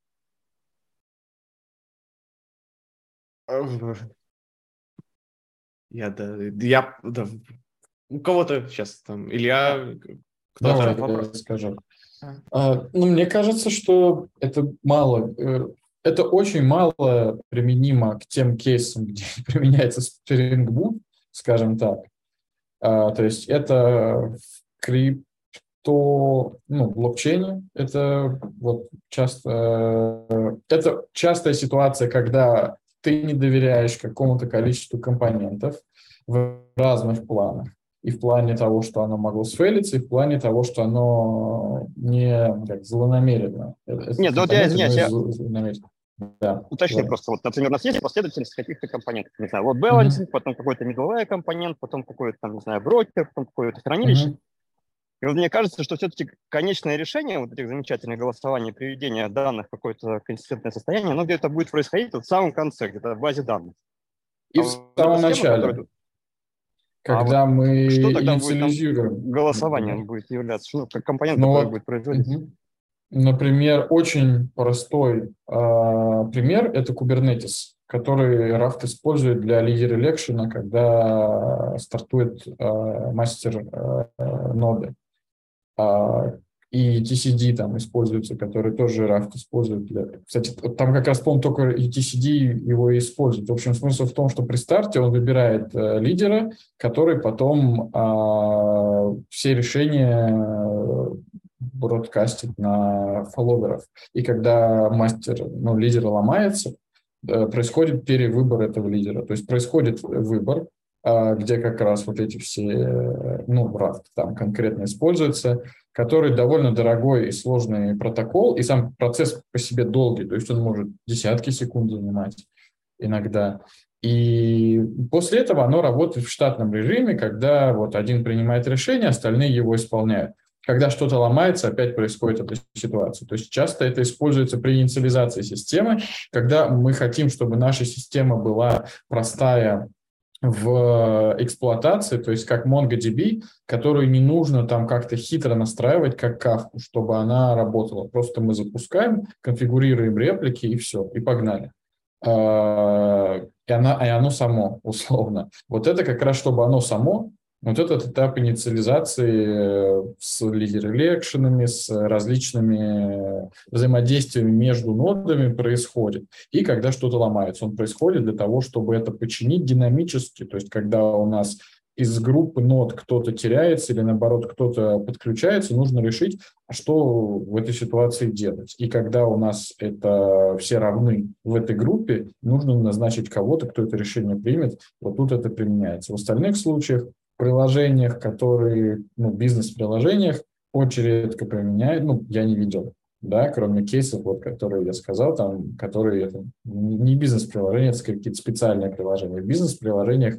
У кого-то сейчас там, Илья, кто-то Давай, вопрос. я скажу. Мне кажется, что это мало. Это очень мало применимо к тем кейсам, где применяется Spring Boot, скажем так. То есть это в блокчейне. Это вот это частая ситуация, когда ты не доверяешь какому-то количеству компонентов в разных планах. И в плане того, что оно могло сфейлиться, и в плане того, что оно не злонамеренно. Нет, вот я извиняюсь, злонамеренно. Да. Уточню просто. Вот, например, у нас есть последовательность каких-то компонентов. Не знаю, вот балансинг, потом какой-то middleware компонент, потом какой-то там, не знаю, брокер, потом какое-то хранилище. И вот мне кажется, что все-таки конечное решение вот этих замечательных голосований, приведения данных в какое-то консистентное состояние, оно где-то будет происходить в самом конце, где-то в базе данных. И в самом начале, когда мы что тогда инициализируем. Будет голосованием будет являться? Что, как компонент, который будет производиться? Например, очень простой пример – это Kubernetes, который Raft использует для лидер элекшена, когда стартует мастер ноды. И etcd там используется, который тоже Raft использует. Кстати, там как раз, по-моему, только etcd его и использует. В общем, смысл в том, что при старте он выбирает лидера, который потом все решения бродкастит на фолловеров. И когда лидер ломается, происходит перевыбор этого лидера. То есть происходит выбор, где как раз вот эти все, Raft там конкретно используется, который довольно дорогой и сложный протокол, и сам процесс по себе долгий, то есть он может десятки секунд занимать иногда. И после этого оно работает в штатном режиме, когда вот один принимает решение, остальные его исполняют. Когда что-то ломается, опять происходит эта ситуация. То есть часто это используется при инициализации системы, когда мы хотим, чтобы наша система была простая в эксплуатации, то есть как MongoDB, которую не нужно там как-то хитро настраивать, как Kafka, чтобы она работала. Просто мы запускаем, конфигурируем реплики и все, и погнали. И оно само, условно. Вот это как раз, чтобы оно само, вот этот этап инициализации с лидер-элекшенами, с различными взаимодействиями между нодами происходит. И когда что-то ломается, он происходит для того, чтобы это починить динамически. То есть когда у нас из группы нод кто-то теряется или, наоборот, кто-то подключается, нужно решить, что в этой ситуации делать. И когда у нас это все равны в этой группе, нужно назначить кого-то, кто это решение примет. Вот тут это применяется. В остальных случаях, в приложениях, которые, бизнес-приложениях, очень редко применяют, я не видел, да, кроме кейсов, вот, которые я сказал, там, которые это не бизнес-приложения, это какие-то специальные приложения. В бизнес-приложениях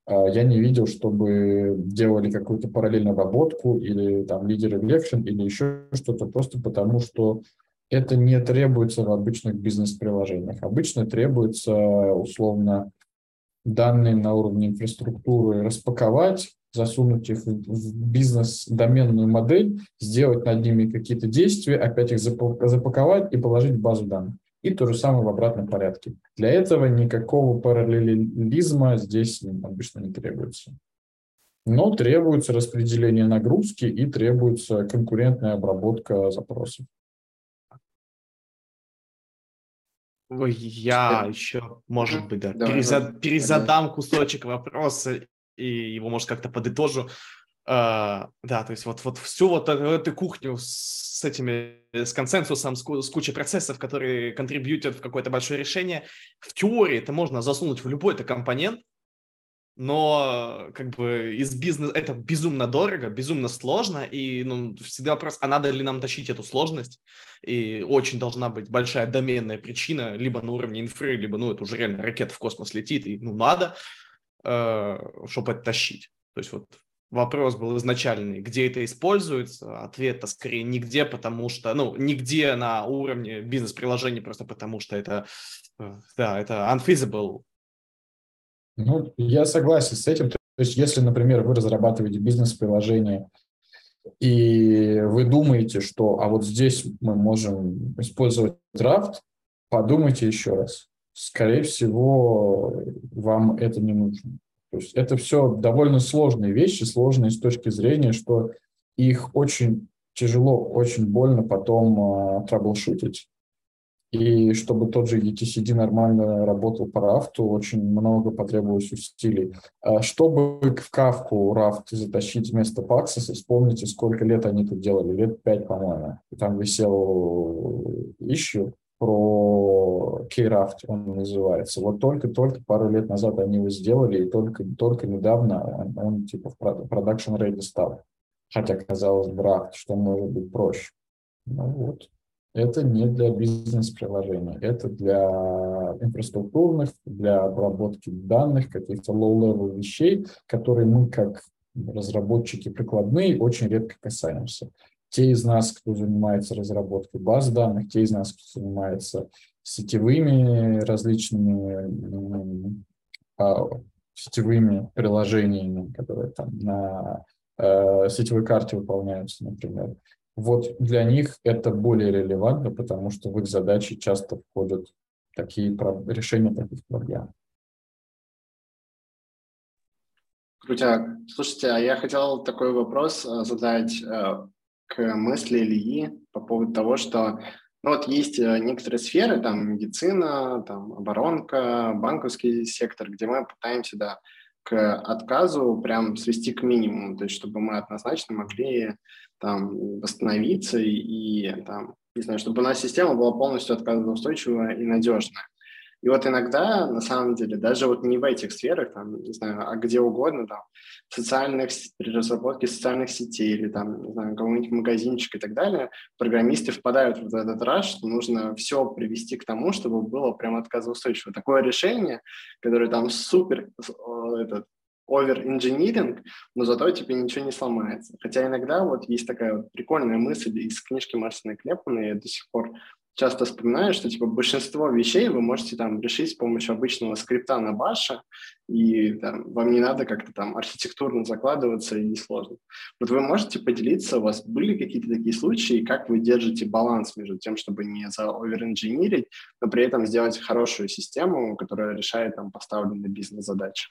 Я не видел, чтобы делали какую-то параллельную обработку или там лидер election или еще что-то, просто потому что это не требуется в обычных бизнес-приложениях. Обычно требуется условно данные на уровне инфраструктуры распаковать, засунуть их в бизнес-доменную модель, сделать над ними какие-то действия, опять их запаковать и положить в базу данных. И то же самое в обратном порядке. Для этого никакого параллелизма здесь обычно не требуется. Но требуется распределение нагрузки и требуется конкурентная обработка запросов. Ой, я еще, может быть, да, Давай, перезадам кусочек вопроса и его, может, как-то подытожу. Да, то есть вот всю вот эту кухню с консенсусом, с кучей процессов, которые контрибьютят в какое-то большое решение, в теории это можно засунуть в любой-то компонент, но как бы из бизнеса это безумно дорого, безумно сложно, и всегда вопрос, а надо ли нам тащить эту сложность, и очень должна быть большая доменная причина, либо на уровне инфры, либо, это уже реально ракета в космос летит, и, надо, чтобы это тащить. То есть вот вопрос был изначальный, где это используется, ответ-то скорее нигде, потому что, нигде на уровне бизнес-приложений, просто потому что это unfeasible. Я согласен с этим. То есть, если, например, вы разрабатываете бизнес-приложение, и вы думаете, что вот здесь мы можем использовать Raft, подумайте еще раз. Скорее всего, вам это не нужно. То есть это все довольно сложные вещи, сложные с точки зрения, что их очень тяжело, очень больно потом траблшутить. И чтобы тот же ETCD нормально работал по Raft, очень много потребовалось усилий. Чтобы в Kafka Raft затащить вместо Paxos, вспомните, сколько лет они это делали, лет 5, по-моему. Там висел issue про K-Raft, он называется. Вот только пару лет назад они его сделали, и только недавно он типа в продакшн рейде стал. Хотя, казалось бы, Raft, что может быть проще. Это не для бизнес-приложений, это для инфраструктурных, для обработки данных, каких-то low-level вещей, которые мы, как разработчики прикладные, очень редко касаемся. Те из нас, кто занимается разработкой баз данных, те из нас, кто занимается сетевыми различными сетевыми приложениями, которые там на сетевой карте выполняются, например. Вот для них это более релевантно, потому что в их задачи часто входят решения таких проблем. Крутяк. Слушайте, а я хотел такой вопрос задать к мысли Ильи по поводу того, что есть некоторые сферы, там медицина, там оборонка, банковский сектор, где мы пытаемся, к отказу прям свести к минимуму, то есть чтобы мы однозначно могли там восстановиться и там, не знаю, чтобы у нас система была полностью отказоустойчивая и надежная. И вот иногда, на самом деле, даже вот не в этих сферах, там, не знаю, а где угодно, там, при разработке социальных сетей или там, не знаю, какого-нибудь магазинчика и так далее, программисты впадают в этот раз, что нужно все привести к тому, чтобы было прям отказоустойчиво. Такое решение, которое там супер over-engineering, но зато тебе ничего не сломается. Хотя иногда вот есть такая вот прикольная мысль из книжки Марсона Клепмана, я до сих пор часто вспоминаю, что типа большинство вещей вы можете там решить с помощью обычного скрипта на баше, и там, вам не надо как-то там архитектурно закладываться, и несложно. Вот вы можете поделиться, у вас были какие-то такие случаи, как вы держите баланс между тем, чтобы не заоверинженерить, но при этом сделать хорошую систему, которая решает там поставленные бизнес-задачи?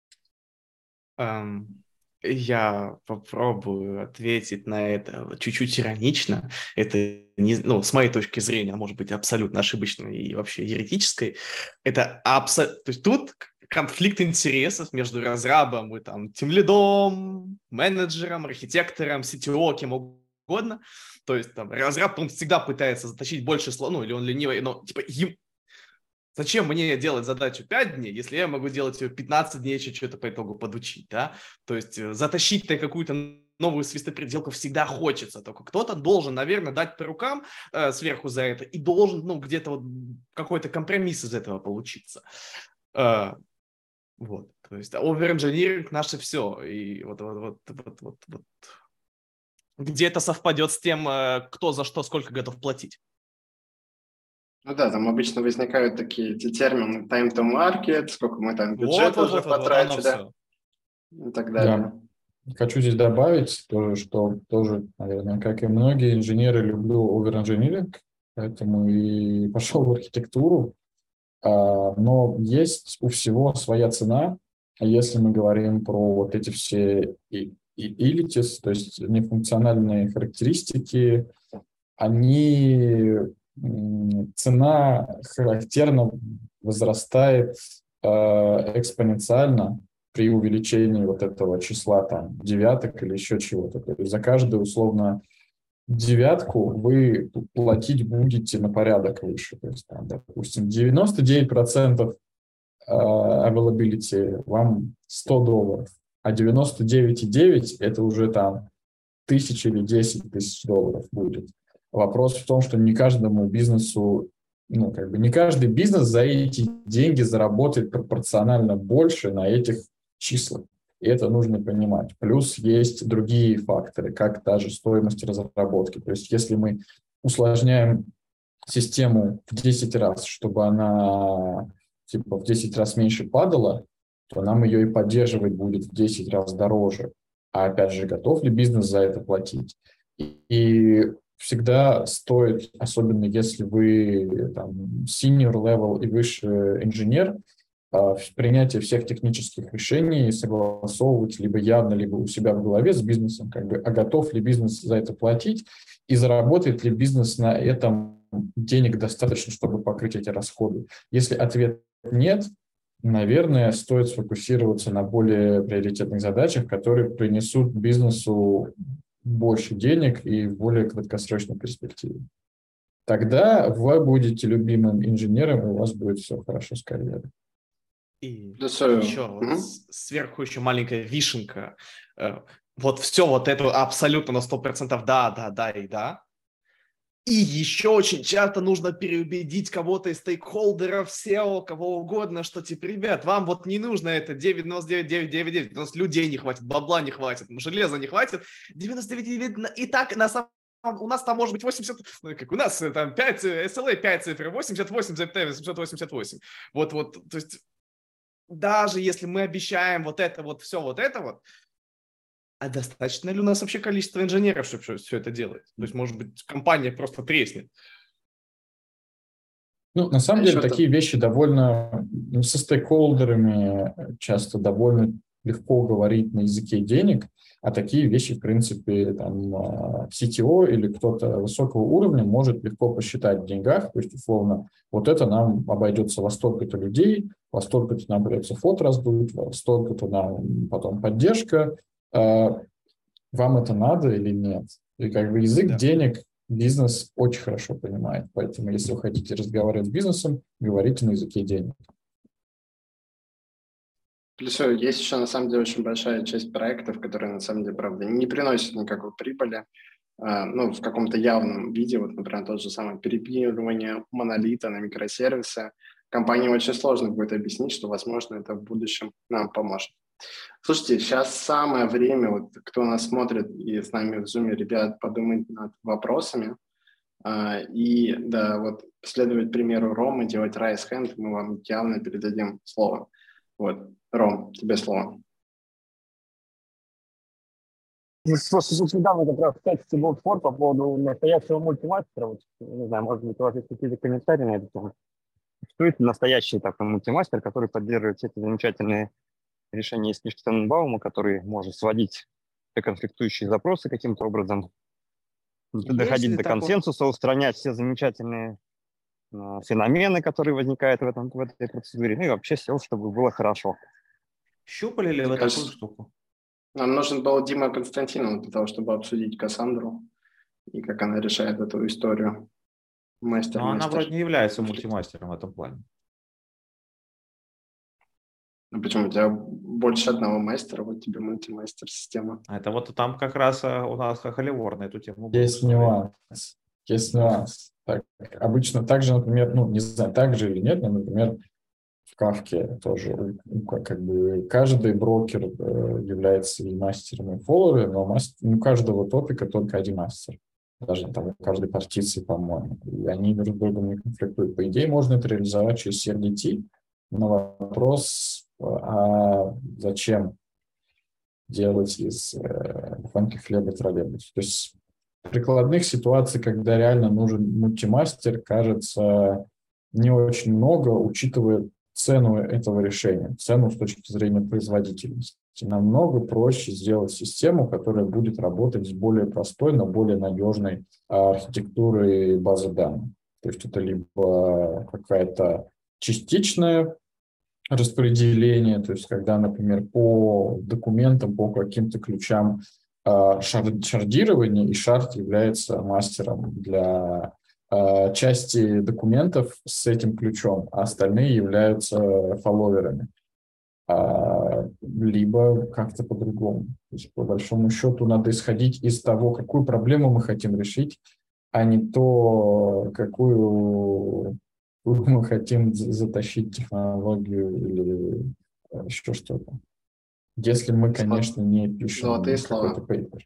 Я попробую ответить на это чуть-чуть иронично. Это, с моей точки зрения, может быть абсолютно ошибочной и вообще еретической. Это то есть тут конфликт интересов между разрабом и там тимлидом, менеджером, архитектором, CTO, кем угодно. То есть там разраб, он всегда пытается затащить больше или он ленивый, но типа зачем мне делать задачу 5 дней, если я могу делать ее 15 дней, еще что-то по итогу подучить, да? То есть затащить-то какую-то новую свистопределку всегда хочется, только кто-то должен, наверное, дать по рукам сверху за это и должен, где-то вот какой-то компромисс из этого получиться. Вот, то есть овер-инжиниринг наше все. И вот где это совпадет с тем, кто за что сколько готов платить. Ну да, там обычно возникают такие эти термины time to market, сколько мы там бюджет уже Вот, оно потратили все. и так далее. Да. Хочу здесь добавить тоже, что тоже, наверное, как и многие инженеры, люблю овер-инжиниринг, поэтому и пошел в архитектуру. Но есть у всего своя цена. А если мы говорим про вот эти все utilities, то есть нефункциональные характеристики, цена характерно возрастает экспоненциально при увеличении вот этого числа там девяток или еще чего-то. То есть за каждую условно девятку вы платить будете на порядок выше. То есть, там, допустим, 99% availability вам $100, а 99,9 это уже там 1000 или 10 тысяч долларов будет. Вопрос в том, что не каждому бизнесу, не каждый бизнес за эти деньги заработает пропорционально больше на этих числах. И это нужно понимать. Плюс есть другие факторы, как та же стоимость разработки. То есть если мы усложняем систему в 10 раз, чтобы она в 10 раз меньше падала, то нам ее и поддерживать будет в 10 раз дороже. А опять же, готов ли бизнес за это платить? И всегда стоит, особенно если вы там senior level и выше инженер, принятие всех технических решений согласовывать либо явно, либо у себя в голове с бизнесом, а готов ли бизнес за это платить и заработает ли бизнес на этом денег достаточно, чтобы покрыть эти расходы. Если ответ нет, наверное, стоит сфокусироваться на более приоритетных задачах, которые принесут бизнесу больше денег и в более краткосрочной перспективе. Тогда вы будете любимым инженером, и у вас будет все хорошо с карьерой. И еще сверху еще маленькая вишенка. Вот все вот это абсолютно на 100% да и да. И еще очень часто нужно переубедить кого-то из стейкхолдеров, SEO, кого угодно, что типа, ребят, вам вот не нужно это 99,999, у нас людей не хватит, бабла не хватит, железа не хватит, 99,9 и так на самом у нас там может быть 80, как у нас там 5, SLA 5 цифр, 88 ZT, 788. Вот, то есть даже если мы обещаем вот это вот, все вот это вот, а достаточно ли у нас вообще количество инженеров, чтобы все это делать? То есть, может быть, компания просто треснет. На самом деле, такие вещи довольно со стейкхолдерами часто довольно легко говорить на языке денег, а такие вещи, в принципе, там CTO или кто-то высокого уровня может легко посчитать в деньгах, то есть, условно, вот это нам обойдется во столько-то людей, во столько-то нам придется фот раздуть, во столько-то нам потом поддержка, вам это надо или нет? И язык денег бизнес очень хорошо понимает. Поэтому, если вы хотите разговаривать с бизнесом, говорите на языке денег. Плюс есть еще, на самом деле, очень большая часть проектов, которые, на самом деле, правда, не приносят никакой прибыли, в каком-то явном виде. Вот, например, тот же самый перепинывание монолита на микросервисы. Компании очень сложно будет объяснить, что, возможно, это в будущем нам поможет. Слушайте, сейчас самое время, вот кто нас смотрит и с нами в Zoom, ребят, подумать над вопросами и, следовать примеру Ромы, делать raise hand, мы вам явно передадим слово. Вот, Ром, тебе слово. Просто тут недавно как раз, кстати, был спор по поводу настоящего мультимастера. Вот, не знаю, может быть, у вас есть какие-то комментарии на эту тему. Что это настоящий такой мультимастер, который поддерживает все эти замечательные решения из книжки Таненбаума, который может сводить все конфликтующие запросы каким-то образом, доходить до консенсуса, устранять все замечательные феномены, которые возникают в этой процедуре, и вообще все, чтобы было хорошо. Щупали ли вы такую штуку? Нам нужен был Дима Константинов для того, чтобы обсудить Кассандру и как она решает эту историю. Мастер. Но она вроде не является мультимастером в этом плане. Почему? У тебя больше одного мастера, вот тебе мультимастер система. Это вот там как раз у нас Холивор на эту тему был. Есть нюанс. Так, обычно так же, например, не знаю, так же или нет, но, например, в Кафке тоже как бы каждый брокер является и мастером, и фолловером, но у каждого топика только один мастер. Даже там у каждой партиции, по-моему. И они друг с другом не конфликтуют. По идее, можно это реализовать через CRDT, но вопрос, а зачем делать из фанки хлеба троллейбус? То есть прикладных ситуаций, когда реально нужен мультимастер, кажется, не очень много, учитывая цену этого решения, цену с точки зрения производительности. Намного проще сделать систему, которая будет работать с более простой, но более надежной архитектурой базы данных. То есть это либо какая-то частичная распределение, то есть когда, например, по документам, по каким-то ключам шардирования, и шард является мастером для части документов с этим ключом, а остальные являются фолловерами. Либо как-то по-другому. То есть, по большому счету, надо исходить из того, какую проблему мы хотим решить, а не то, какую мы хотим затащить технологию или еще что-то. Если мы, конечно, не пишем Золотые какой-то слова. пейпер.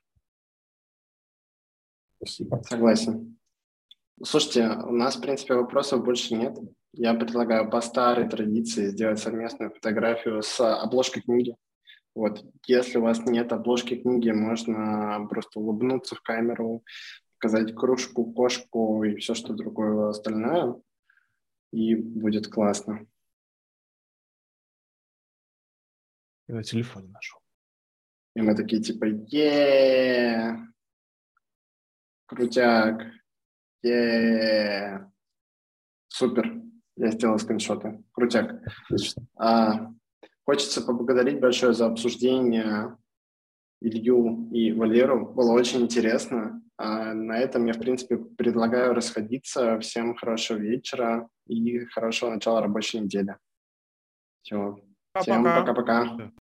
Спасибо. Согласен. Слушайте, у нас, в принципе, вопросов больше нет. Я предлагаю по старой традиции сделать совместную фотографию с обложкой книги. Вот. Если у вас нет обложки книги, можно просто улыбнуться в камеру, показать кружку, кошку и все, что другое остальное, и будет классно. Я на телефоне нашел. И мы такие типа е крутяк, е супер, я сделал скриншоты, крутяк. Отлично. Хочется поблагодарить большое за обсуждение Илью и Валеру. Было очень интересно. На этом я, в принципе, предлагаю расходиться. Всем хорошего вечера и хорошего начала рабочей недели. Все. Всем Пока-пока. пока-пока.